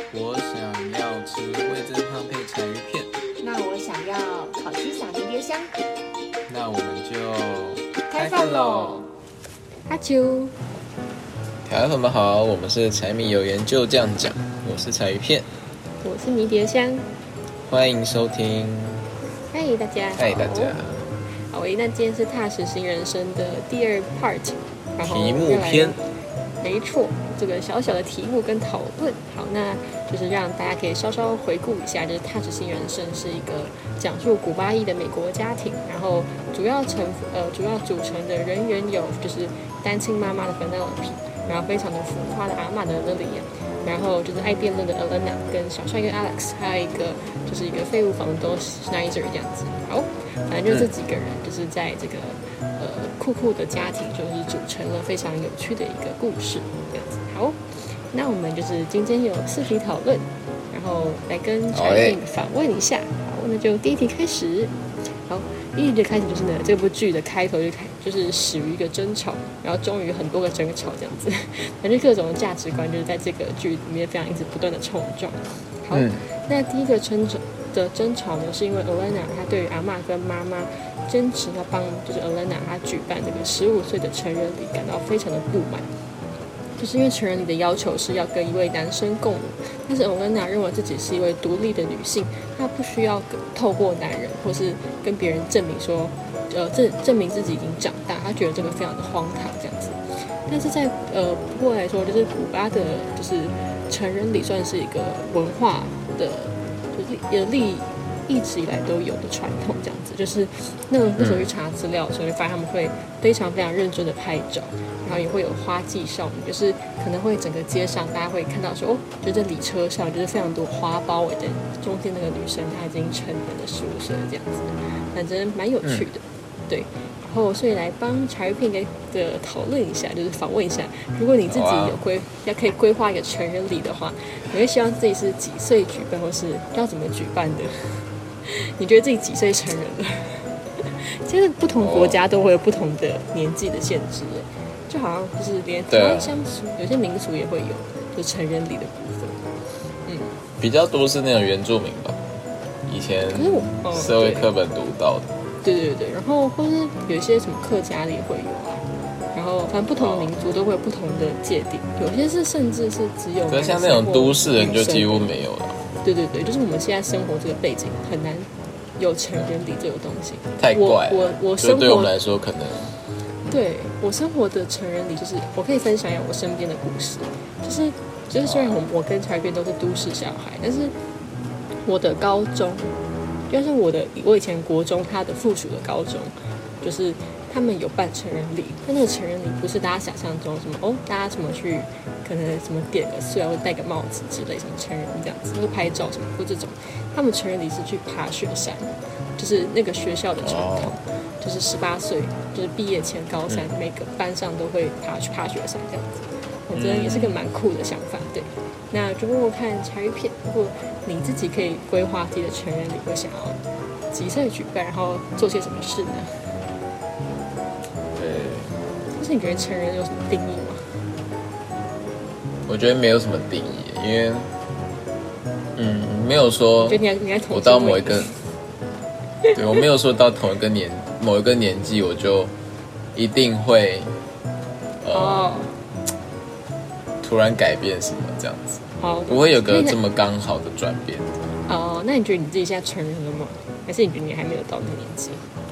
我想要吃味噌汤配柴鱼片。 那我想要烤鸡撒迷迭香。 那我们就开饭喽！阿秋， 小朋友们好，我们是柴米油盐就这样讲，我是柴鱼片， 我是迷迭香， 欢迎收听。 嗨大家， 嗨大家。 好，那今天是踏实新人生的第二 part， 然后题目篇。 没错，这个小小的题目跟讨论，好，那就是让大家可以稍稍回顾一下，就是《踏实新人生》是一个讲述古巴裔的美国家庭，然后主要组成的人员有就是单亲妈妈的 Penelope， 然后非常的浮夸的阿嬷的 Lillian， 然后就是爱辩论的 Elena 跟小帅哥 Alex， 还有一个就是一个废物房东 Schneider 这样子。好，反正就这几个人就是在这个酷酷的家庭，就是组成了非常有趣的一个故事，这样子。好，那我们就是今天有4题讨论，然后来跟柴饼访问一下。好，那就第一题开始。好，第一题开始就是呢，这部剧的开头就是始于一个争吵，然后终于很多个争吵这样子，反正各种价值观就是在这个剧里面非常一直不断的冲撞。好，那第一个争吵呢，是因为 Elena 她对于阿嬷跟妈妈坚持要帮就是 Elena 她举办这个15岁的成人礼感到非常的不满，就是因为成人礼的要求是要跟一位男生共舞，但是 Elena 认为自己是一位独立的女性，她不需要透过男人或是跟别人证明说，证明自己已经长大，她觉得这个非常的荒唐这样子。但是在不过来说，就是古巴的就是成人礼算是一个文化的，就是一直以来都有的传统，这样子。就是那时候去查资料的时候，会发现他们会非常非常认真的拍照，然后也会有花季少女，就是可能会整个街上大家会看到说，就在礼车上就是非常多花包围的，中间那个女生她已经成年了15岁这样子，反正蛮有趣的，对。然后，所以来帮柴鱼片的讨论一下，就是访问一下，如果你自己可以规划一个成人礼的话，你会希望自己是几岁举办，或是要怎么举办的？你觉得自己几岁成人了？其实不同国家都会有不同的年纪的限制，就好像就是连台湾乡俗，有些民俗也会有，就成人礼的部分。 比较多是那种原住民吧，以前社会课本读到的。 对，然后或是有一些什么客家的也会有啊，然后反正不同的民族都会有不同的界定，有些是甚至是只有， 可是像那种都市人就几乎没有了。 对，就是我们现在生活这个背景很难有成人礼这个东西， 太怪了。 我生活对我们来说可能， 对我生活的成人礼就是我可以分享一下我身边的故事，就是虽然我跟柴边都是都市小孩，但是我的高中。就是我以前国中，它的附属的高中，就是他们有办成人礼，但那个成人礼不是大家想象中什么大家什么去可能什么点个穗啊，或戴个帽子之类，什么成人这样子，或者拍照什么，或这种，他们成人礼是去爬雪山，就是那个学校的传统，就是18岁，就是毕业前高3，每个班上都会去爬雪山这样子，我觉得也是个蛮酷的想法，对。那就问问看柴鱼片，如果你自己可以规划自己的成人礼，会想要几岁举办，然后做些什么事呢？ 对， 就是你觉得成人有什么定义吗？ 我觉得没有什么定义，因为没有说我到某一个，对我没有说到某一个年纪我就一定会突然改变什么这样子，不会有个这么刚好的转变。 那你觉得你自己现在成人了吗？还是你觉得你还没有到那个年纪？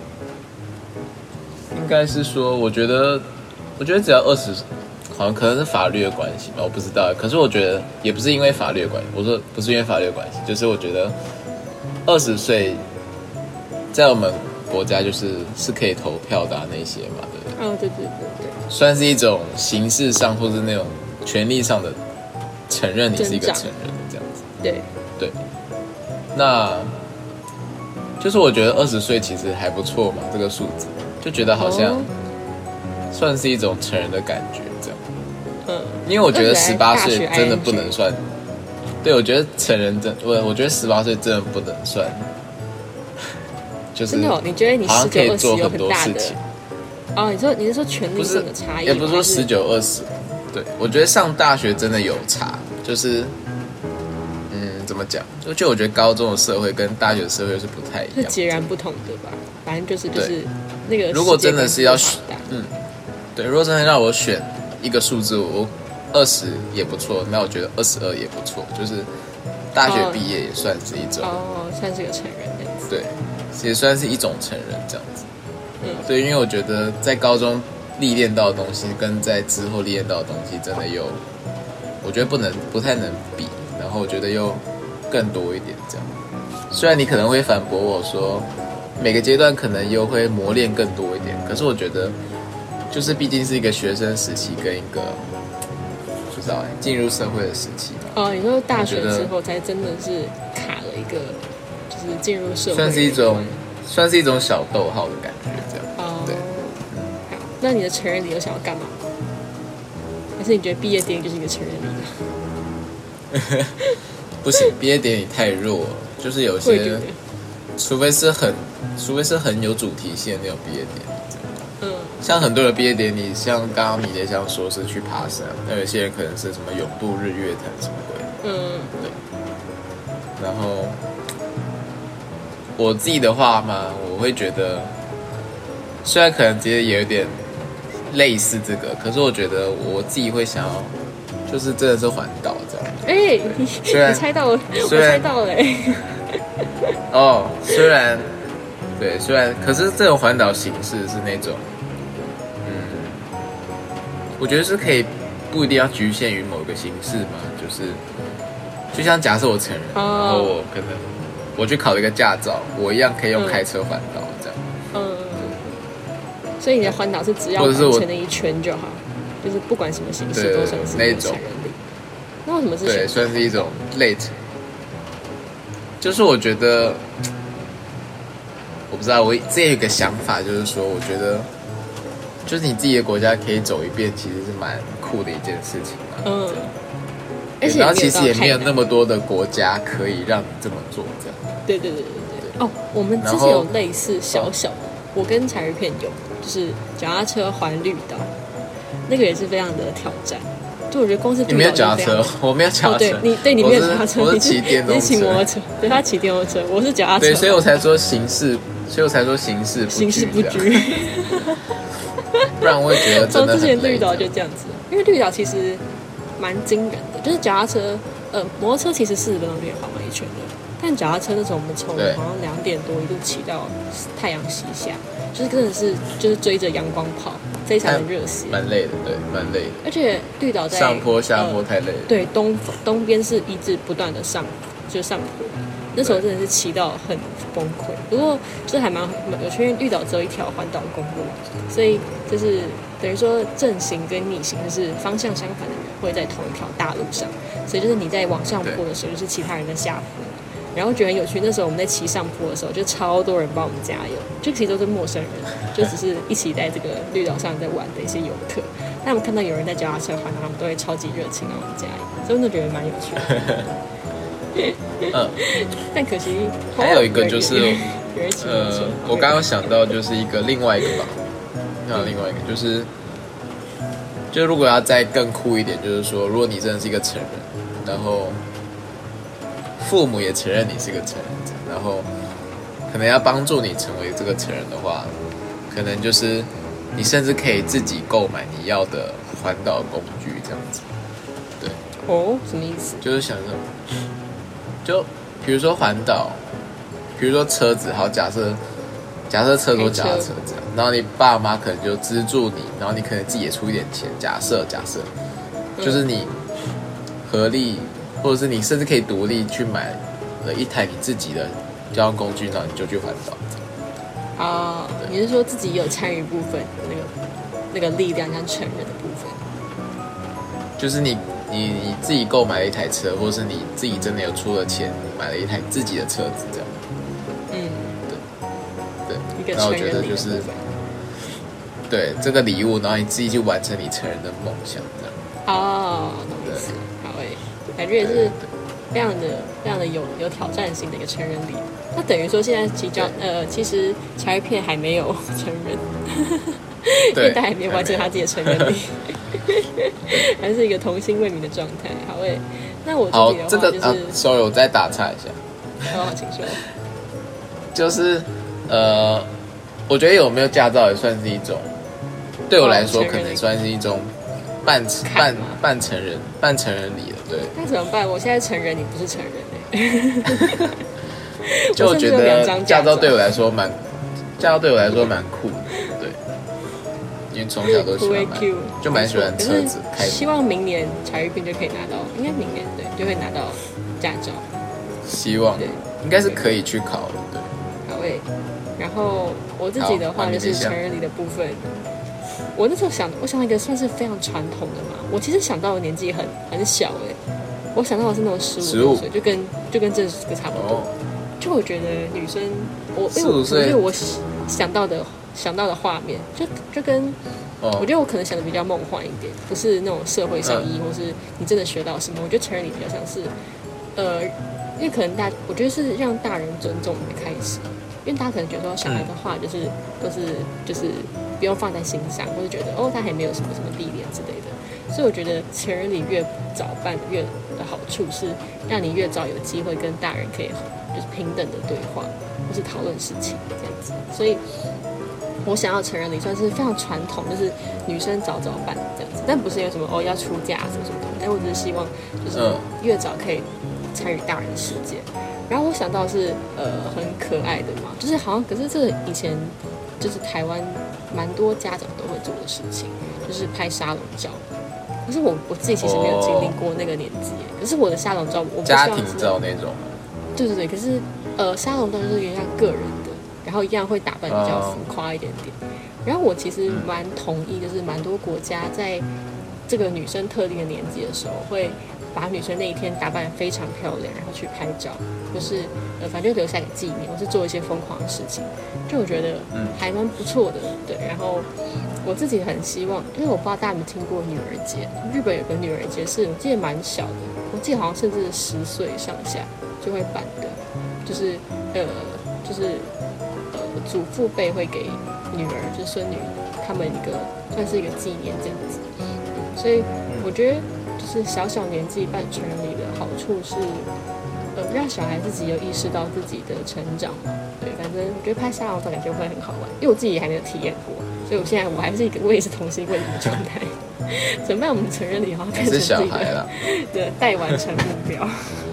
应该是说，我觉得只要20，好像可能是法律的关系吧，我不知道。可是我觉得也不是因为法律的关系，我说不是因为法律的关系，就是我觉得20岁在我们国家是可以投票的那些嘛，对不对？ 对， 算是一种形式上或是那种权利上的承认你是一个成人这样子。对，那就是我觉得20岁其实还不错嘛，这个数字就觉得好像算是一种成人的感觉这样。因为我觉得18岁真的不能算。对，我觉得成人我觉得18岁真的不能算。就是真的你觉得你好像可以做很多事情。 你是说权利上的差异？ 也不是说19、20。对，我觉得上大学真的有差，就是怎么讲？就我觉得高中的社会跟大学的社会是不太一样， 是截然不同的吧。反正就是那个。 如果真的是要选，对，如果真的让我选一个数字，我20也不错，那我觉得22也不错，就是大学毕业也算是一种算是个成人这样子。 对，也算是一种成人这样子。对，因为我觉得在高中历练到的东西，跟在之后历练到的东西，真的我觉得不太能比，然后我觉得又更多一点这样。虽然你可能会反驳我说，每个阶段可能又会磨练更多一点，可是我觉得，就是毕竟是一个学生时期跟一个不知道进入社会的时期嘛。 你说大学之后才真的是卡了一个，就是进入社会， 算是一种小逗号的感觉这样。对。 好，那你的成人礼有想要干嘛？还是你觉得毕业典礼就是一个成人礼？ 不行，毕业典礼太弱了，就是有些，除非是很有主题性的那种毕业典礼。像很多的毕业典礼，像刚刚米雷香说是去爬山，那有些人可能是什么泳渡日月潭什么鬼。对。然后我自己的话嘛，我会觉得，虽然可能其实也有点类似这个，可是我觉得我自己会想要，就是真的是环岛这样。 你猜到了，我猜到了。 虽然，可是这种环岛形式是那种，我觉得是可以，不一定要局限于某个形式嘛，就像假设我成人，然后我可能我去考了一个驾照，我一样可以用开车环岛这样。 所以你的环岛是只要完成了一圈就好，就是不管什么形式都算是那种成人礼。那为什么是对，算是一种 late？ 就是我觉得，我不知道，我之前有一个想法，就是说，我觉得，就是你自己的国家可以走一遍，其实是蛮酷的一件事情嘛。然后其实也没有那么多的国家可以让你这么做，这样。 对。我们之前有类似小的，我跟柴鱼片有，就是脚踏车环绿岛，那个也是非常的挑战。就我觉得光是绿岛， 你没有脚踏车，我没有脚踏车。 你没有脚踏车， 我是骑电动车， 你是骑摩托车，对，他骑电动车，我是脚踏车。 对，所以我才说形式不拘。不然我会觉得真的很累。 之前绿岛就这样子，因为绿岛其实蛮惊人的，就是脚踏车，摩托车其实40分钟就可以环完一圈的，但脚踏车那时候我们从好像2点多一路骑到太阳西下，就是真的是就是追着阳光跑，非常的热血， 蛮累的，对，蛮累的。 而且绿岛在上坡下坡太累了。 对，东边是一直不断的上坡，那时候真的是骑到很崩溃。不过就是还蛮有趣，因为绿岛只有一条环岛公路，所以就是等于说正行跟逆行就是方向相反的人会在同一条大路上，所以就是你在往上坡的时候，就是其他人在下坡。然后觉得很有趣，那时候我们在骑上坡的时候，就超多人帮我们加油，就其实都是陌生人，就只是一起在这个绿岛上在玩的一些游客。他们看到有人在脚踏车环岛，他们都会超级热情帮我们加油，所以我觉得蛮有趣的。但可惜还有一个就是，我刚刚想到就是另外一个吧，另外一个就如果要再更酷一点，就是说，如果你真的是一个成人，然后父母也承认你是个成人者，然后可能要帮助你成为这个成人的话，可能就是你甚至可以自己购买你要的环岛工具这样子。对。 什么意思？ 就是想说，就比如说环岛，比如说车子，好，假设车多脚踏车这样，然后你爸妈可能就资助你，然后你可能自己也出一点钱，假设，就是你合力。或者是你甚至可以独立去买了一台你自己的交通工具，然后你就去环岛。 你是说自己有参与部分那个力量像成人的部分？ 就是你自己购买了一台车，或者是你自己真的有出了钱买了一台自己的车子这样。对。然后我觉得就是对这个礼物，然后你自己去完成你成人的梦想这样。 懂意思。好感觉也是非常的有挑战性的一个成人礼。那等于说现在其实柴片还没有成人，因为他还没有完成他自己的成人礼，还是一个童心未泯的状态。好那我好， 这个 sorry， 我再打岔一下。 好，请说。 就是我觉得有没有驾照也算是一种，对我来说可能算是一种半成人礼了，对。 那怎么办？我现在成人，你不是成人就我觉得驾照对我来说蛮酷的，对。因为从小都喜欢就蛮喜欢车子开。 希望明年柴鱼片就可以拿到，应该明年对就会拿到驾照。 希望对，应该是可以去考的，对。 好诶，然后我自己的话就是成人礼的部分，我那时候我想一个算是非常传统的嘛。我其实想到的年纪很小我想到的是那种15岁，就跟这个差不多。就我觉得女生，因为我想到的画面，就跟我觉得我可能想的比较梦幻一点，不是那种社会上意义，或是你真的学到什么。我觉得成人礼比较像是，因为可能我觉得是让大人尊重你的开始，因为大家可能觉得说小孩的话就是不用放在心上，或者觉得他还没有什么什么历练之类的。所以我觉得成人礼越早办越的好处是让你越早有机会跟大人可以就是平等的对话，或是讨论事情这样子。所以我想要成人礼算是非常传统，就是女生早办这样子，但不是有什么要出嫁什么什么的，但我只是希望就是越早可以参与大人的世界。然后我想到是很可爱的嘛，就是好像可是这个以前就是台湾蛮多家长都会做的事情，就是拍沙龙照。可是我自己其实没有经历过那个年纪，可是我的沙龙照我不家庭照那种。 对，可是沙龙照就是有点像个人的，然后一样会打扮比较浮夸一点点。然后我其实蛮同意，就是蛮多国家在这个女生特定的年纪的时候，会把女生那一天打扮得非常漂亮，然后去拍照，或是反正留下一个纪念，或是做一些疯狂的事情，就我觉得还蛮不错的。对，然后我自己很希望，因为我不知道大家有没有听过女儿节，日本有个女儿节是我记得蛮小的，我记得好像甚至10岁上下就会办的，就是祖父辈会给女儿就是孙女他们一个算是一个纪念这样子。所以我觉得就是小小年纪办成人礼的好处是让小孩自己有意识到自己的成长嘛。对，反正我觉得拍沙龙照感觉会很好玩，因为我自己也还没有体验过，所以我也是同性恋的状态。怎么办？我们成人礼好像变成自己的待完成目标。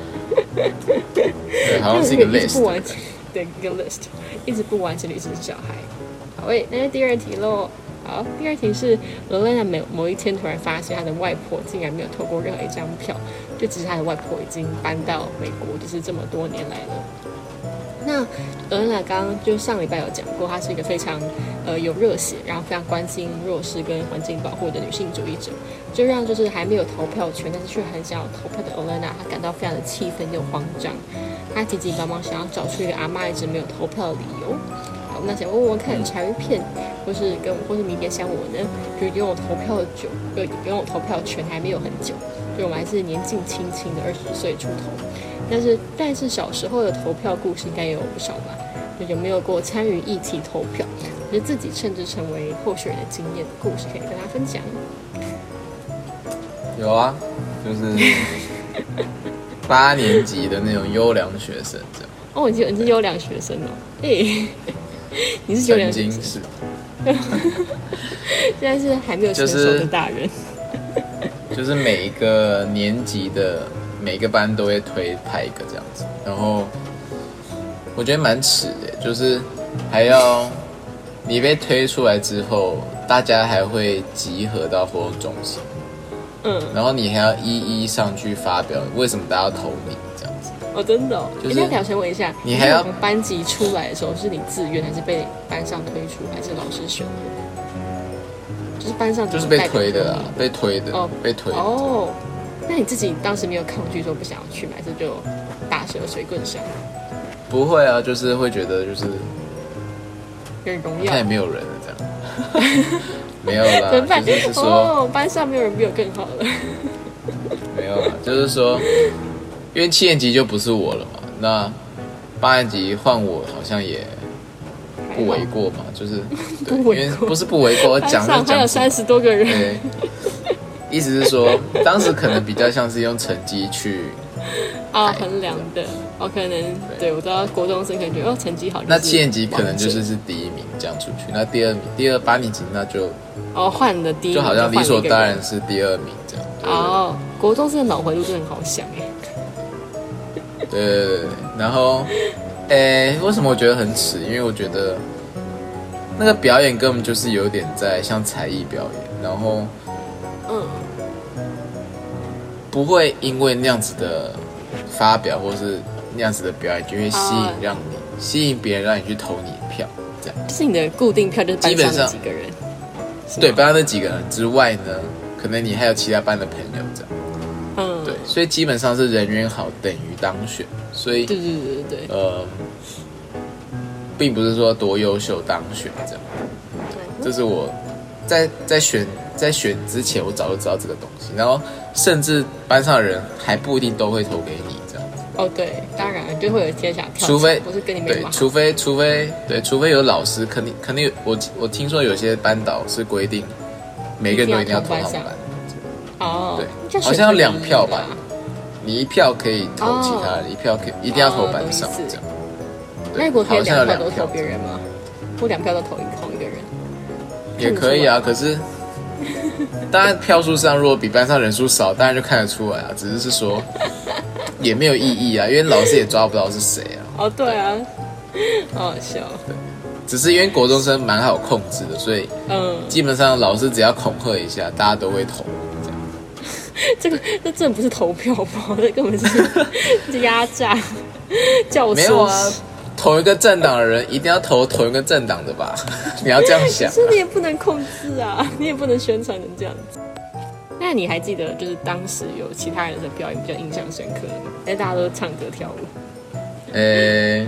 对，好像是一个 list。 对，一个 list， 一直不完成的一只小孩。好，那就第二题咯。好，第二题是罗兰娜某一天突然发现她的外婆竟然没有透过任何一张票，就只是她的外婆已经搬到美国，就是这么多年来了。那罗兰娜刚刚就上礼拜有讲过，她是一个非常有热血，然后非常关心弱势跟环境保护的女性主义者，就让就是还没有投票权，但是却很想要投票的罗兰娜，她感到非常的气愤又慌张。她急急忙忙想要找出一个阿嬷一直没有投票的理由。好，那想问问看柴鱼片或是明天像我呢，就拥有投票权还没有很久，所以我们还是年纪轻轻的20岁出头。但是小时候的投票故事应该也有不少吧？就有没有过参与议题投票，就自己甚至成为候选人的经验的故事，可以跟大家分享？ 有啊，就是8年级的那种优良学生这样。 哦，你是优良学生哦，你是优良学生， 是。 现在是还没有成熟的大人。 就是每一个年级的每个班都会派一个这样子，然后我觉得蛮耻的，就是还要你被推出来之后，大家还会集合到活动中心，然后你还要一一上去发表为什么大家要投你这样子。 哦，真的哦。就是那想问一下， 你还要从班级出来的时候，是你自愿还是被班上推出，还是老师选的？就是班上就是被推的啦，被推的。哦， 那你自己当时没有抗拒说不想要去吗？还是就打蛇随棍上？ 不会啊，就是会觉得就是有荣耀， 看也没有人了这样。没有啦， 怎么办？ 就是说班上没有人比我更好了。 没有啦，就是说，因为7年级就不是我了嘛，那8年级换我好像也不为过嘛，就是对，因为不是不为过，讲还有30多个人， 对， 意思是说，当时可能比较像是用成绩去衡量的。可能对我知道国中生可能觉得成绩好， 那7年级可能就是第1名这样出去，那第2名，8年级那就换了第1名， 就好像理所当然是第2名这样。 国中生的脑回路真的很好想对，然后为什么我觉得很耻？因为我觉得那个表演根本就是有点在像才艺表演，然后不会因为那样子的发表或是那样子的表演就会吸引别人让你去投你的票，这样。 就是你的固定票就是班上的几个人， 对，班上那几个人之外呢，可能你还有其他班的朋友这样。对，所以基本上是人缘好等于当选，所以对， 并不是说多优秀当选这样。这是我在选之前我早就知道这个东西，然后甚至班上的人还不一定都会投给你这样子。 对，当然就会有天下跳， 除非不是跟你没嘛。 除非有老师，肯定我听说有些班导是规定每个人都一定要投他们班。对，好像要2票吧，你1票可以投其他人，1票一定要投班上这样。 那如果可以2票都投别人吗？或2票都投同一个人？ 也可以啊，可是当然票数上如果比班上人数少，当然就看得出来啊，只是说也没有意义啊，因为老师也抓不到是谁啊。 对啊，好好笑。 对，只是因为国中生蛮好控制的，所以基本上老师只要恐吓一下，大家都会投。 这真的不是投票吧？这根本是压榨教唆。 没有啊，同一个政党的人一定要投同一个政党的吧？你要这样想。 可是你也不能控制啊，你也不能宣传成这样子。那你还记得就是当时有其他人的表演比较印象深刻的吗？大家都唱歌跳舞。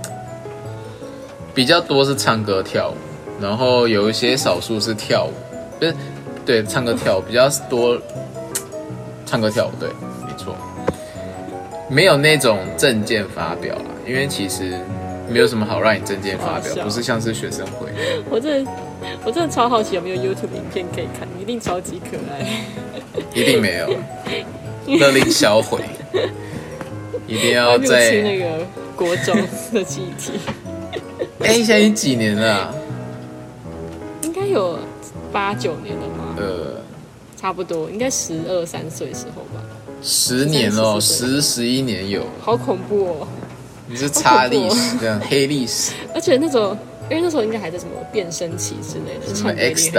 比较多是唱歌跳舞，然后有一些少数是跳舞，不是对唱歌跳舞比较多。唱歌跳舞，对，没错，没有那种政见发表啦，因为其实没有什么好让你政见发表，不是像是学生会。 我真的超好奇有没有 YouTube 影片可以看，一定超级可爱。 一定没有，勒令销毁，一定要在那个国中的记忆体。 现在已经几年了啊？ 应该有8、9年了吗？差不多，应该12、13岁的时候吧。 10年哦，10、11年有。 好恐怖哦！ 你是擦历史这样黑历史。 而且因为那时候应该还在什么变声期之类的， 什么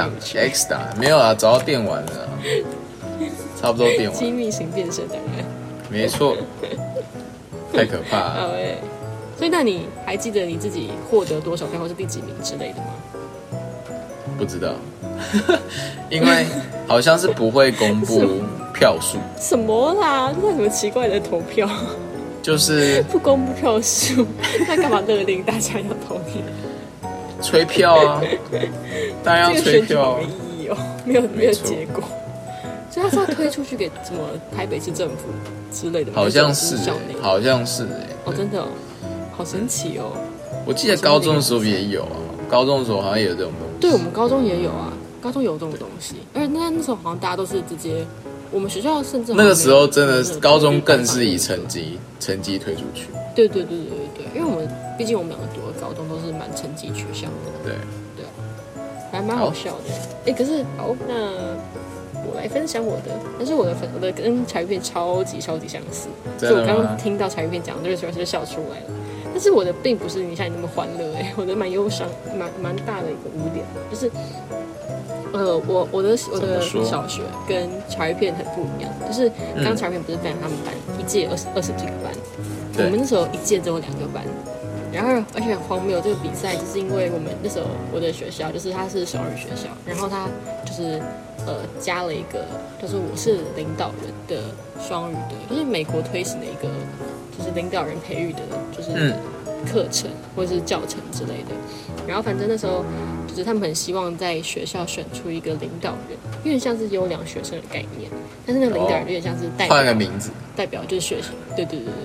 X 档没有啊，早就变完了，差不多变完。 机密型变声档案。 没错。太可怕了。 所以那你还记得你自己获得多少票或是第几名之类的吗？ 不知道。因为好像是不会公布票数。 什么啦？这是什么奇怪的投票？ 就是不公布票数，那干嘛勒令大家要投你？ 催票啊！当然要催票。 没意义哦，没有结果。所以他是要推出去给什么台北市政府之类的吗？ 好像是，好像是真的哦，好神奇哦！ 我记得高中的时候也有啊，高中的时候好像也有这种东西。 对，我们高中也有啊。高中有这种东西，而且那时候好像大家都是直接，我们学校甚至那个时候真的高中更是以成绩推出去。 对，因为我们毕竟我们2个读的高中都是蛮成绩取向的。 对， 还蛮好笑的。可是好，那我来分享我的，但是我的跟柴鱼片超级相似，所以我刚刚听到柴鱼片讲这个时候就笑出来了。但是我的并不是你像你那么欢乐，我的蛮忧伤，蛮大的一个污点，就是我的小学跟柴鱼片很不一样，就是刚柴鱼片不是分他们班一届20几个班，我们那时候一届只有2个班，然后而且很荒谬，这个比赛就是因为我们那时候我的学校就是它是小语学校，然后它就是加了一个就是我是领导人的双语的，就是美国推行的一个就是领导人培育的，就是课程或者是教程之类的。然后反正那时候就是他们很希望在学校选出一个领导人，有点像是优良学生的概念，但是那个领导人有点像是代表， 换个名字， 代表就是学生，对，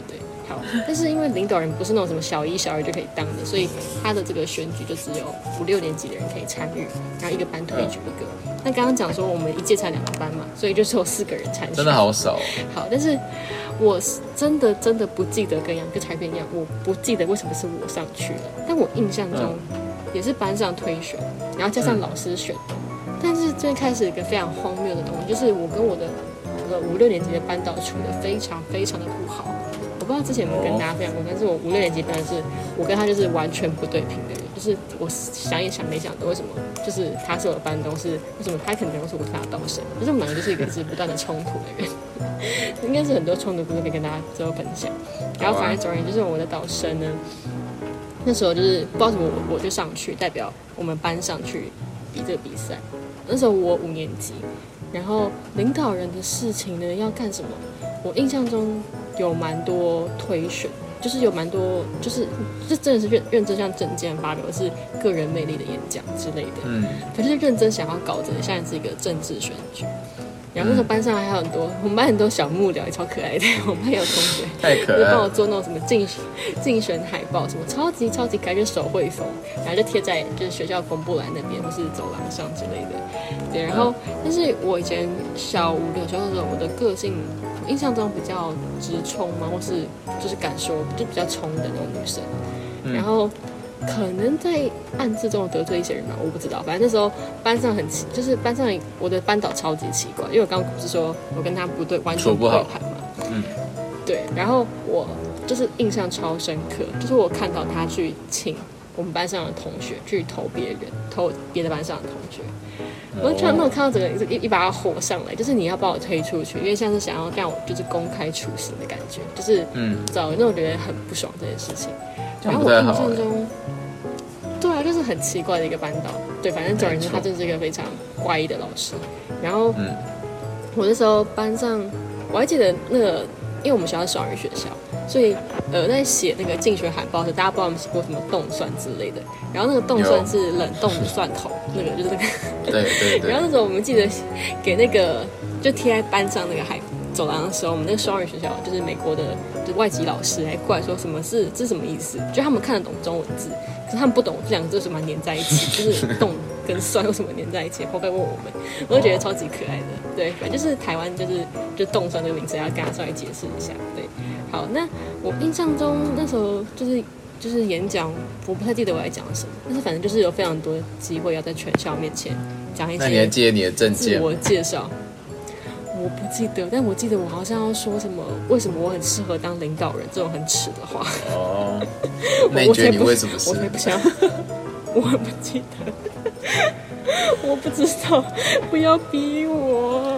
好，但是因为领导人不是那种什么小一、小二就可以当的，所以他的这个选举就只有5、6年级的人可以参与，然后一个班推举一个。那刚刚讲说我们一届才2个班嘛，所以就只有4个人参选， 真的好少。 好，但是我真的不记得跟柴片一样，我不记得为什么是我上去了，但我印象中也是班上推选，然后加上老师选的。但是最开始一个非常荒谬的东西，就是我跟我的5、6年级的班导处的非常的不好。我不知道之前有没有跟大家分享过，但是我5、6年级班是我跟他就是完全不对平的人，就是我想也想没想到为什么，就是他是我的班导师，为什么他可能是我跟他的导生，就是我们两个就是一个是不断的冲突的人，应该是很多冲突故事可以跟大家之后分享。然后反正总而言之，就是我的导生呢，那时候就是不知道怎么我就上去代表我们班上去比这个比赛。那时候我5年级，然后领导人的事情呢要干什么？我印象中有蛮多推选，就是有蛮多，就是这真的是认真像政见发表，是个人魅力的演讲之类的。可是认真想要搞着像是一个政治选举。然后那时候班上还有很多，我们班很多小幕僚也超可爱的。我们班有同学太可爱了， 就帮我做那种什么竞选海报，什么超级可爱，就手绘风，然后就贴在就是学校公布栏那边或是走廊上之类的。对，然后但是我以前小5、6、小6的时候，我的个性我印象中比较直冲嘛，或是就是敢说，就比较冲的那种女生。然后可能在暗自中得罪一些人吧，我不知道。反正那时候班上就是班上我的班导超级奇怪，因为我刚刚不是说我跟他不对，完全不对盘嘛。对。然后我就是印象超深刻，就是我看到他去请我们班上的同学去投别的班上的同学，我就看到整个一把火上来，就是你要把我推出去，因为像是想要让我就是公开处刑的感觉，就是找那种觉得很不爽这件事情。然后我印象中，对啊，就是很奇怪的一个班导。对，反正总而言之，他真是一个非常怪异的老师。然后，我那时候班上，我还记得那个，因为我们学校是双语学校，所以在写那个竞选海报的时候，大家不知道我们写过什么冻蒜之类的。然后那个冻蒜是冷冻的蒜头，那个就是那个。对。然后那时候我们记得给那个就贴在班上那个走廊的时候，我们那个双语学校就是美国的就是外籍老师还过来说这是什么意思？就他们看得懂中文字，可是他们不懂这两个字为什么粘在一起，就是冻跟蒜为什么粘在一起？后来问我们，我就觉得超级可爱的。对，反正就是台湾就冻蒜这个名词要跟他稍微解释一下。对，好，那我印象中那时候就是演讲，我不太记得我在讲什么，但是反正就是有非常多机会要在全校面前讲一些。 那你还记得你的证件？ 自我介绍。我不记得，但我记得我好像要说什么，为什么我很适合当领导人这种很耻的话。 那你觉得你为什么是？ 我才不想，我不记得，我不知道，不要逼我。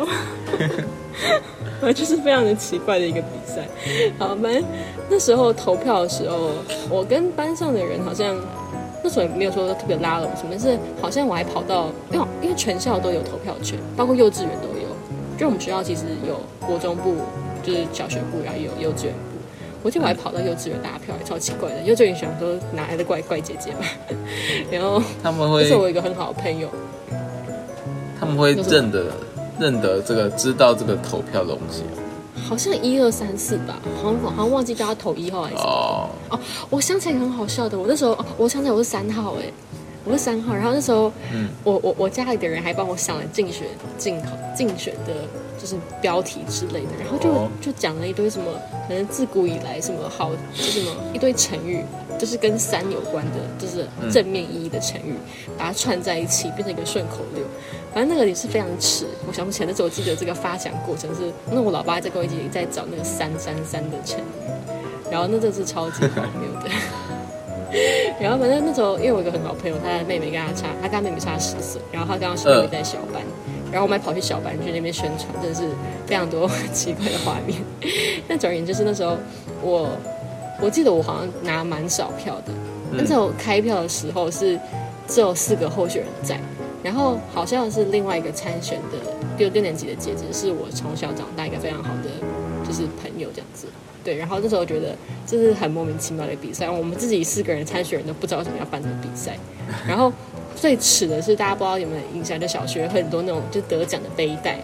就是非常的奇怪的一个比赛。好，反正那时候投票的时候，我跟班上的人好像那时候也没有说特别拉拢什么，但是好像我还跑到，因为全校都有投票权，包括幼稚园都有。就我们学校其实有国中部，就是小学部，然后也有幼稚园部。我记得我还跑到幼稚园打票，也超奇怪的。幼稚园想说哪来的怪姐姐嘛？然后他们会， 那是我一个很好的朋友， 他们会认得这个，知道这个投票的东西。 好像1、2、3、4吧，好像忘记大家投1号还是什么。我想起来很好笑的，我那时候我想起来我是3号哎。我是3号，然后那时候，我家里的人还帮我想了竞选的，就是标题之类的，然后就讲了一堆什么，可能自古以来什么好，就是什么一堆成语，就是跟山有关的，就是正面意义的成语，把它串在一起，变成一个顺口溜。反正那个也是非常耻，我想不起来，但是我记得这个发想过程是，那我老爸在跟我一起在找那个333的成语，然后那真是超级荒谬的。然后反正那时候，因为我有一个很好朋友，他的妹妹跟他妹妹差10岁，然后他刚好妹妹在小班，然后我们还跑去小班去那边宣传，真的是非常多很奇怪的画面。但总而言之，那时候我记得我好像拿蛮少票的，但是我开票的时候是只有4个候选人在，然后好像是另外一个参选的6年级的姐姐，是我从小长大一个非常好的就是朋友这样子。对，然后那时候我觉得这是很莫名其妙的比赛，我们自己4个人参选人都不知道为什么要办这个比赛。然后最耻的是，大家不知道有没有印象，就小学很多那种就得奖的背带，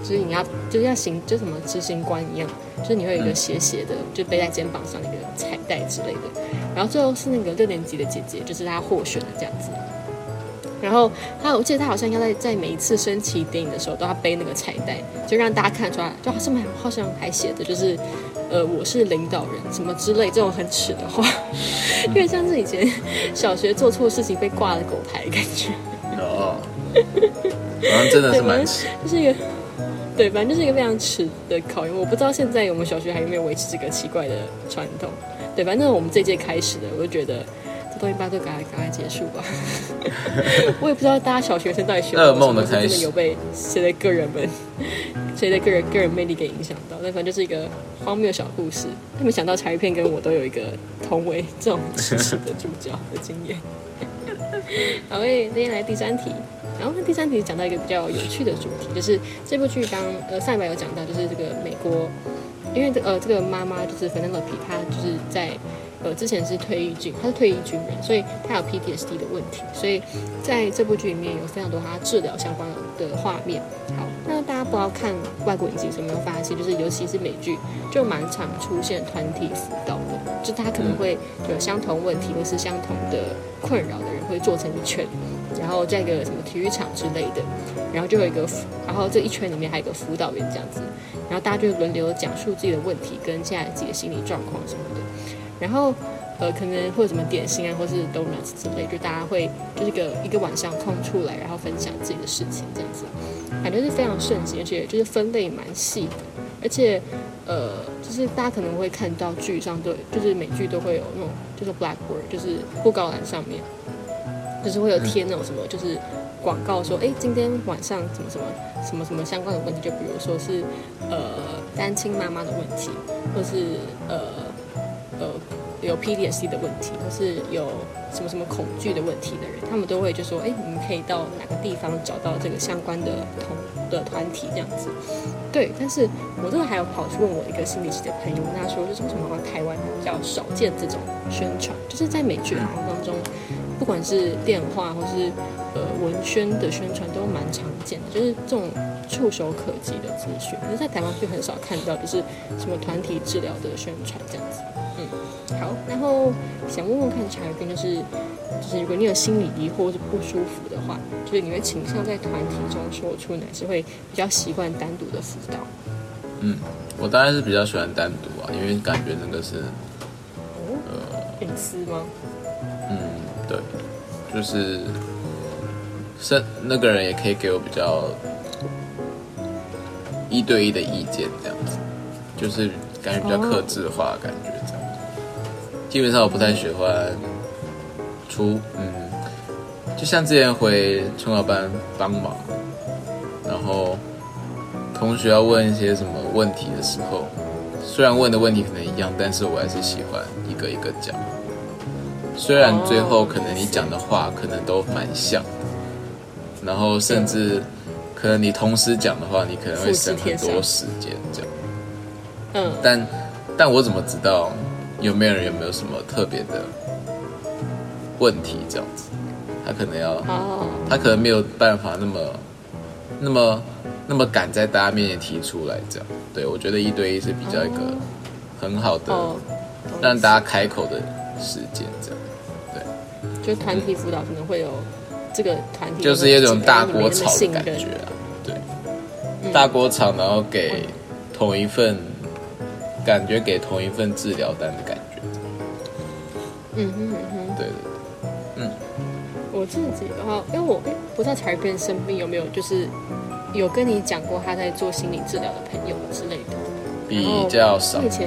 就是你要行，就什么执行官一样，就是你会有一个斜的，就背在肩膀上的一个彩带之类的。然后最后是那个6年级的姐姐，就是她获选的这样子。然后我记得她好像要在每一次升旗典礼的时候都要背那个彩带，就让大家看出来，就上面好像还写的就是我是领导人什么之类这种很耻的话，因为像是以前小学做错事情被挂了狗牌的感觉。 哦，好像真的是蛮耻， 就是一个对，反正就是一个非常耻的考验。我不知道现在我们小学还有没有维持这个奇怪的传统。对，反正我们这届开始的，我就觉得这东西吧，就赶快结束吧。我也不知道大家小学生到底学噩梦的开始， 真的有被谁的个人魅力给影响到。但反正就是一个荒谬小故事。他没想到柴片跟我都有一个同为这种知识的主角的经验。好，今天来第3题。然后第3题讲到一个比较有趣的主题，就是这部剧上一版有讲到，就是这个美国，因为这个妈妈就是 Penelope， 她就是在之前是退役军人，所以她有 PTSD 的问题，所以在这部剧里面有非常多她治疗相关的画面。好，那大家不知道看外国影集有没有发现，就是尤其是美剧，就蛮常出现团体辅导的，就他可能会有相同问题或是相同的困扰的人会坐成一圈。然后在一个什么体育场之类的，然后就有一个，然后这一圈里面还有一个辅导员这样子，然后大家就轮流讲述自己的问题跟现在自己的心理状况什么的，然后可能会有什么点心啊，或是 donuts 之类，就大家会就是一个晚上空出来，然后分享自己的事情这样子，感觉是非常盛行，而且就是分类蛮细的，而且就是大家可能会看到剧上就是美剧都会有那种就是 blackboard， 就是布告栏上面。就是会有贴那种什么，就是广告说，今天晚上什么相关的问题，就比如说是单亲妈妈的问题，或是有 PTSD 的问题，或是有什么恐惧的问题的人，他们都会就说，你们可以到哪个地方找到这个相关的团体这样子。对，但是我这个还有跑去问我一个心理系的朋友，问他说，就是为什么台湾比较少见这种宣传，就是在美剧当中。不管是电话或是文宣的宣传都蛮常见的，就是这种触手可及的资讯，可是在台湾就很少看到，就是什么团体治疗的宣传这样子。好，然后想问问看柴斌，就是如果你有心理疑惑或是不舒服的话，就是你会倾向在团体中说出，还是会比较习惯单独的辅导？ 我当然是比较喜欢单独啊，因为感觉那个是隐私吗？ 对，就是那个人也可以给我比较1对1的意见，这样子，就是感觉比较客制化的感觉，这样。基本上我不太喜欢就像之前回重考班帮忙，然后同学要问一些什么问题的时候，虽然问的问题可能一样，但是我还是喜欢一个一个讲。虽然最后可能你讲的话可能都蛮像，然后甚至可能你同时讲的话，你可能会省很多时间这样。但我怎么知道有没有什么特别的问题这样子？他可能没有办法那么敢在大家面前提出来这样。对，我觉得1对1是比较一个很好的让大家开口的时间这样。 就团体辅导可能会有这个团体， 就是一种大锅炒的感觉啊，对，大锅炒，然后给同一份治疗单的感觉。对。 我自己的话，因为我不知道柴片身边有没有就是有跟你讲过他在做心理治疗的朋友之类的， 比较少。 以前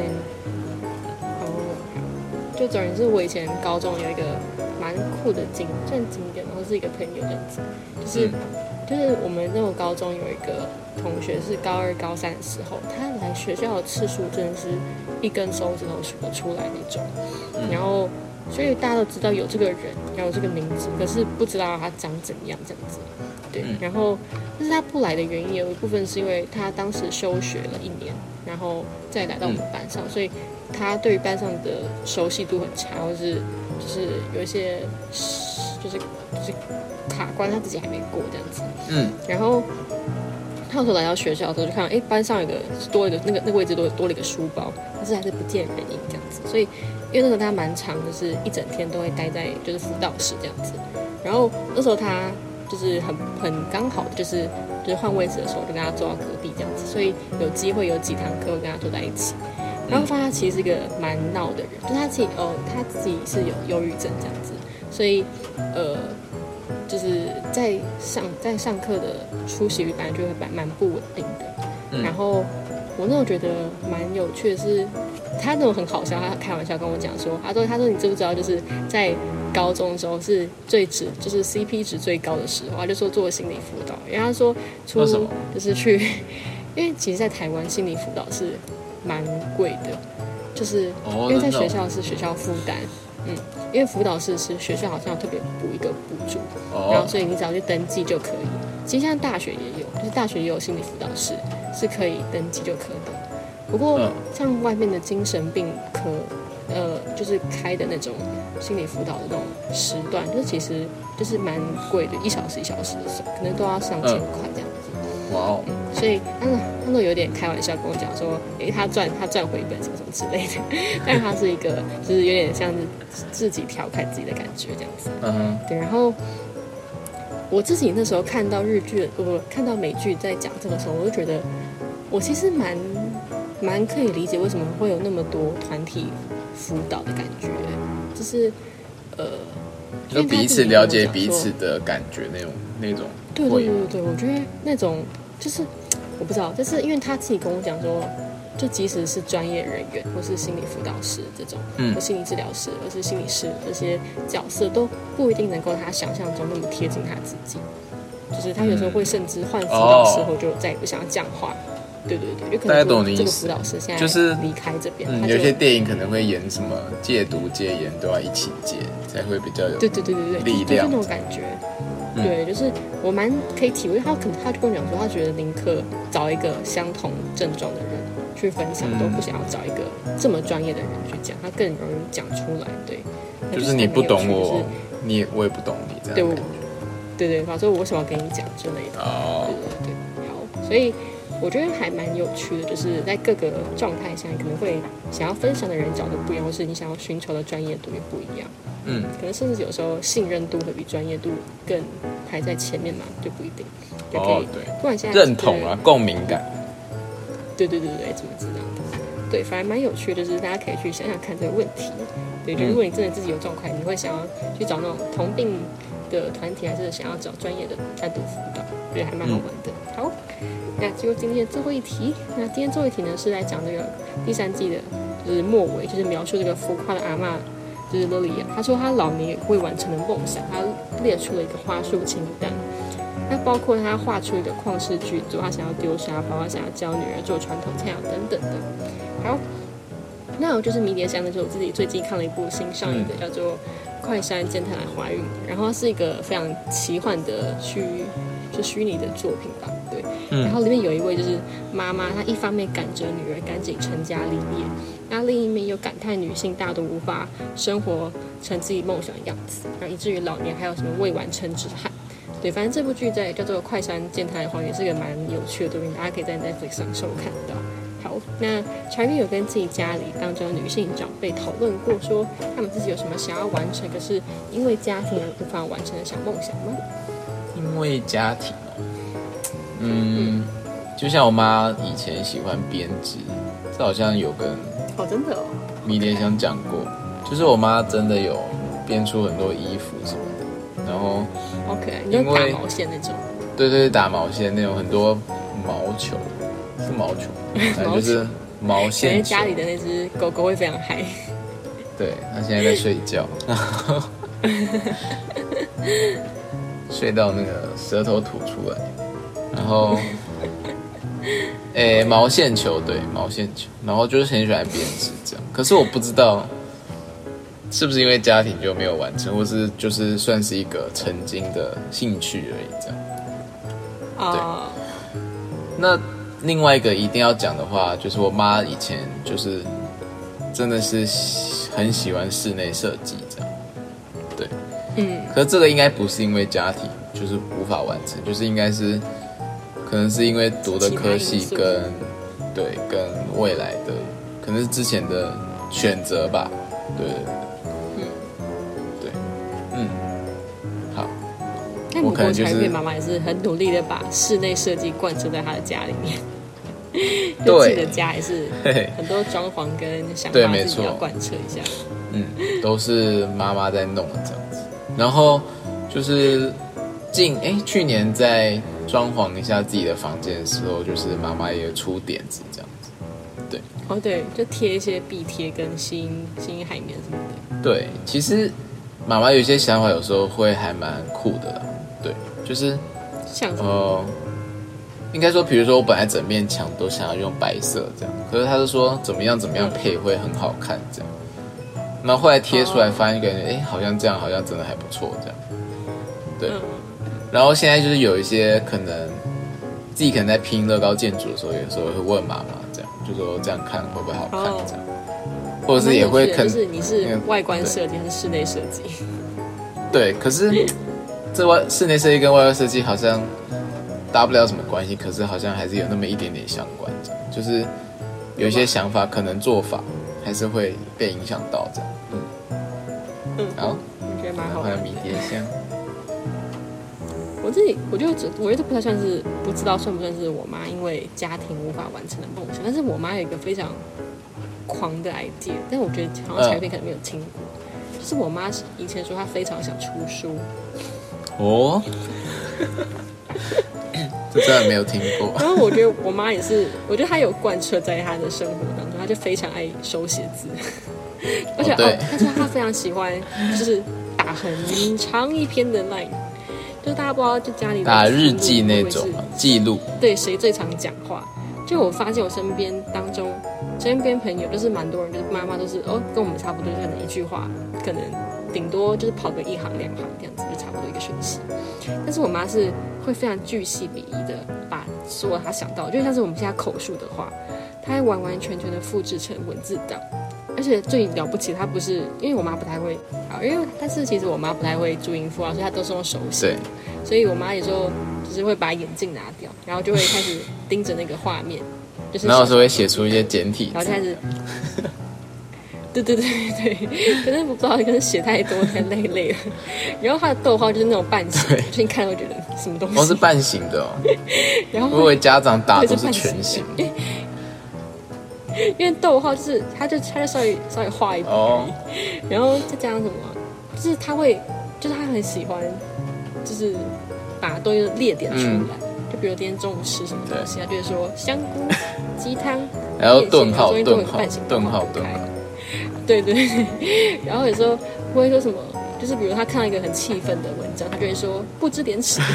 就总而言之，我以前高中有一个蛮酷的经典，然后是一个朋友这样子，就是我们那个高中有一个同学是高2、高3的时候，他来学校的次数真的是一根手指头数得出来那种，然后所以大家都知道有这个人，然后有这个名字，可是不知道他长怎样这样子。对，然后但是他不来的原因有一部分是因为他当时休学了1年，然后再来到我们班上，所以他对于班上的熟悉度很差，或是就是有一些就是卡关他自己还没过这样子。然后他有时候来到学校的时候就看到，班上有个多一个那个位置多了一个书包，但是还是不见人影这样子。所以因为那时候他蛮长，就是一整天都会待在就是辅导室这样子。然后那时候他就是很刚好的就是换位置的时候，就跟他坐到隔壁这样子，所以有机会有几堂课会跟他坐在一起。然后发现他其实是一个蛮闹的人，就是他自己是有忧郁症这样子，所以就是在上课的出席率本来就会蛮不稳定的。然后我那时候觉得蛮有趣的是，他那种很好笑，他开玩笑跟我讲说，他说你知不知道，就是在高中的时候是就是 CP 值最高的时候，他就说做心理辅导，因为他说就是去，因为其实在台湾心理辅导是蛮贵的，就是因为在学校是学校负担，因为辅导室是学校好像特别补一个补助，然后所以你只要去登记就可以。其实现在大学也有，就是大学也有心理辅导室是可以登记就可以的。不过像外面的精神病科，就是开的那种心理辅导的那种时段，就是其实就是蛮贵的，1小时1小时的时候，可能都要上千块这样子。 哇哦！ 所以他都有点开玩笑跟我讲说，他赚回本什么之类的，但是他是一个就是有点像是自己调侃自己的感觉这样子。对。然后我自己那时候看到看到美剧在讲这个时候，我就觉得我其实蛮可以理解为什么会有那么多团体辅导的感觉，就是就彼此了解彼此的感觉那种。 对，我觉得那种就是我不知道，就是因为他自己跟我讲说，就即使是专业人员或是心理辅导师这种，或心理治疗师或是心理师这些角色，都不一定能够他想象中那么贴近他自己。就是他有时候会甚至换辅导师后就再也不想要讲话。对，就可能这个辅导师现在就是离开这边。 有些电影可能会演什么戒毒戒烟都要一起戒，才会比较有对力量， 就是那种感觉。对，就是我蛮可以体会，他就跟我讲说，他觉得宁可找一个相同症状的人去分享，都不想要找一个这么专业的人去讲，他更容易讲出来。对， 就是你不懂我，我也不懂你这样。 对，反正我为什么要跟你讲之类的。对，好，所以我觉得还蛮有趣的，就是在各个状态下，你可能会想要分享的人角度不一样，或是你想要寻求的专业度也不一样。可能甚至有时候信任度会比专业度更排在前面嘛，就不一定。就可以，不然现在认同啊，共鸣感。 对，怎么知道？对，反而蛮有趣的，就是大家可以去想想看这个问题。对，就如果你真的自己有状况，你会想要去找那种同病的团体，还是想要找专业的单独辅导？觉得还蛮好玩的。好，那进入今天的最后一题。那今天最后一题呢，是来讲这个第3季的，就是末尾，就是描述这个浮夸的阿嬷。就是莉莉亚，她说她老年也会完成的梦想，她列出了一个花束清单，那包括她画出一个旷世巨作，她想要丢沙包，她想要教女儿做传统菜肴等等的。好，那我就是迷迭香的，就是我自己最近看了一部新上映的，叫做《快山健太郎怀孕》，然后它是一个非常奇幻的虚拟的作品吧，对。然后里面有一位就是妈妈，她一方面赶着女儿赶紧成家立业，那另一面又感叹女性大多无法生活成自己梦想的样子，然后以至于老年还有什么未完成之憾。对，反正这部剧叫做《快山健太郎怀孕》，也是个蛮有趣的作品，大家可以在 Netflix 上收看到。好，那柴玉有跟自己家里当中的女性长辈讨论过，说他们自己有什么想要完成，可是因为家庭而无法完成的小梦想吗？ 因为家庭就像我妈以前喜欢编织，这好像有跟真的迷迭香讲过，就是我妈真的有编出很多衣服什么的，然后你就打毛线那种， 对，打毛线那种，很多毛球，是毛球，反正就是毛线球。 家里的那只狗狗会非常嗨。 对，它现在在睡觉，睡到那个舌头吐出来，然后毛线球，对，毛线球，然后就是很喜欢编织这样。可是我不知道是不是因为家庭就没有完成，或是就是算是一个曾经的兴趣而已这样。对。那另外一个一定要讲的话，就是我妈以前就是真的是很喜欢室内设计这样。对。可是这个应该不是因为家庭就是无法完成，就是应该是可可能是因为读的科系跟未来的，可能是之前的选择吧。对，好。 但我可能就是妈妈也是很努力的把室内设计贯彻在她的家里面。就自己的家也是很多装潢跟想法自己要贯彻一下。 都是妈妈在弄的这样子。然后就是去年在装潢一下自己的房间的时候，就是妈妈也出点子这样子。对， 对，就贴一些壁贴跟新海绵什么的。 对，其实妈妈有一些想法，有时候会还蛮酷的啦。对，就是像什么？ 应该说，比如说我本来整面墙都想要用白色这样，可是他就说怎么样配会很好看这样。然后后来贴出来发现感觉，好像这样好像真的还不错这样。对，然后现在就是有一些可能自己可能在拼乐高建筑的时候，有时候会问妈妈这样，就说这样看会不会好看这样，或者是也会就是你是外观设计还是室内设计？ 对，可是这室内设计跟外观设计好像搭不了什么关系，可是好像还是有那么一点点相关，就是有一些想法可能做法还是会被影响到这样。好， 我觉得蛮好的。 还有迷迭香， 我觉得这不太算是，不知道算不算是我妈因为家庭无法完成的梦想，但是我妈有一个非常狂的 idea， 但是我觉得好像前面可能没有听过，就是我妈以前说她非常想出书。 这真的没有听过。 然后我觉得我妈也是，我觉得她有贯彻在她的生活当中，她就非常爱手写字，而且她说她非常喜欢，就是打很长一篇的 line， 就是大家不知道就家里打日记那种记录， 对谁最常讲话。就我发现我身边朋友就是蛮多人，就是妈妈都是跟我们差不多，可能一句话，可能顶多就是跑个1行2行这样子，就差不多一个讯息。但是我妈是会非常巨细靡遗的把所有她想到，就像是我们现在口述的话，她会完完全全的复制成文字档。而且最了不起，她不是因为我妈不太会但是其实我妈不太会注音符号，所以她都是用手写。所以我妈有时候就是会把眼镜拿掉，然后就会开始盯着那个画面，就是然后有时候会写出一些简体， 然后开始，对，可是不知道，可能写太多太累了。然后她的逗号就是那种半形，所以你看会觉得什么东西？ 是半形的然后我以为家长打都是全形。 因为逗号就是他就稍微画一笔然后再加上什么，就是他很喜欢，就是把东西列点出来。就比如今天中午吃什么东西，他就会说香菇、鸡汤， 然后顿号， 对，然后有时候不会说什么。就是比如他看到一个很气愤的文章，他就会说不知廉耻，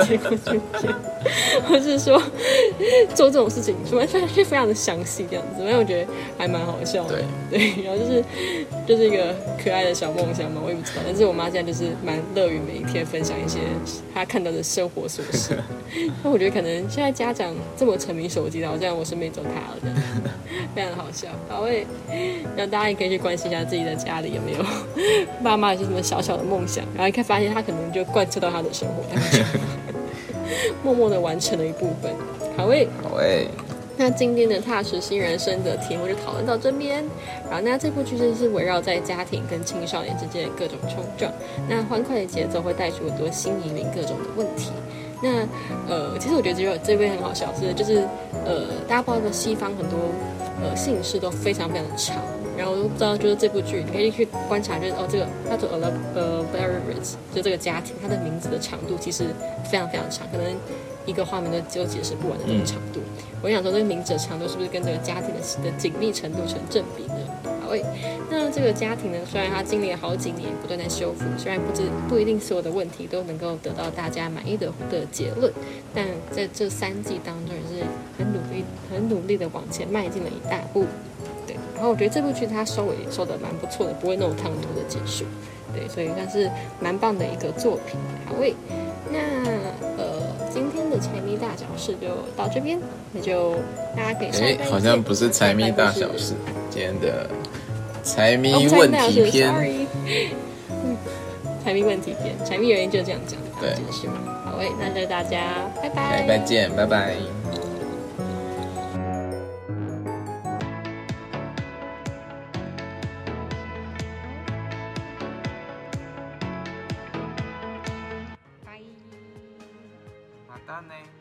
或是说做这种事情，完全是非常的详细这样子，反正我觉得还蛮好笑的。对，然后就是一个可爱的小梦想嘛，我也不知道。但是我妈现在就是蛮乐于每一天分享一些她看到的生活琐事。那我觉得可能现在家长这么沉迷手机的，好像我身边走他了这样，非常的好笑。好，让大家也可以去关心一下自己的家里有没有爸妈有些什么小的梦想，然后你发现他可能就贯彻到他的生活当中，默默的完成了一部分。好诶，那今天的踏实新人生的题目就讨论到这边。然后那这部剧是围绕在家庭跟青少年之间的各种冲撞，那欢快的节奏会带出很多新移民各种的问题。那其实我觉得这边很好笑是，就是大家不知道西方很多姓氏都非常非常的长。然后我都不知道，就是这部剧你可以去观察，就是这个他的Barrett 就这个家庭，他的名字的长度其实非常非常长，可能一个画面都解释不完的那种长度。我想说，这个名字的长度是不是跟这个家庭的紧密程度成正比呢？好诶，那这个家庭呢，虽然他经历了好几年不断在修复，虽然不一定所有的问题都能够得到大家满意的结论，但在这3季当中也是很努力的往前迈进了一大步。然后我觉得这部剧它收尾收的蛮不错的，不会那种唐突的结束，对，所以算是蛮棒的一个作品。好诶，那今天的财迷大小事就到这边，那就大家可以好像不是财迷大小事，今天的财迷问题篇， 财迷问题篇，财迷原因就这样讲， 对， 是吗？好那就大家拜拜， 下礼拜见，拜拜。 拜。 またね。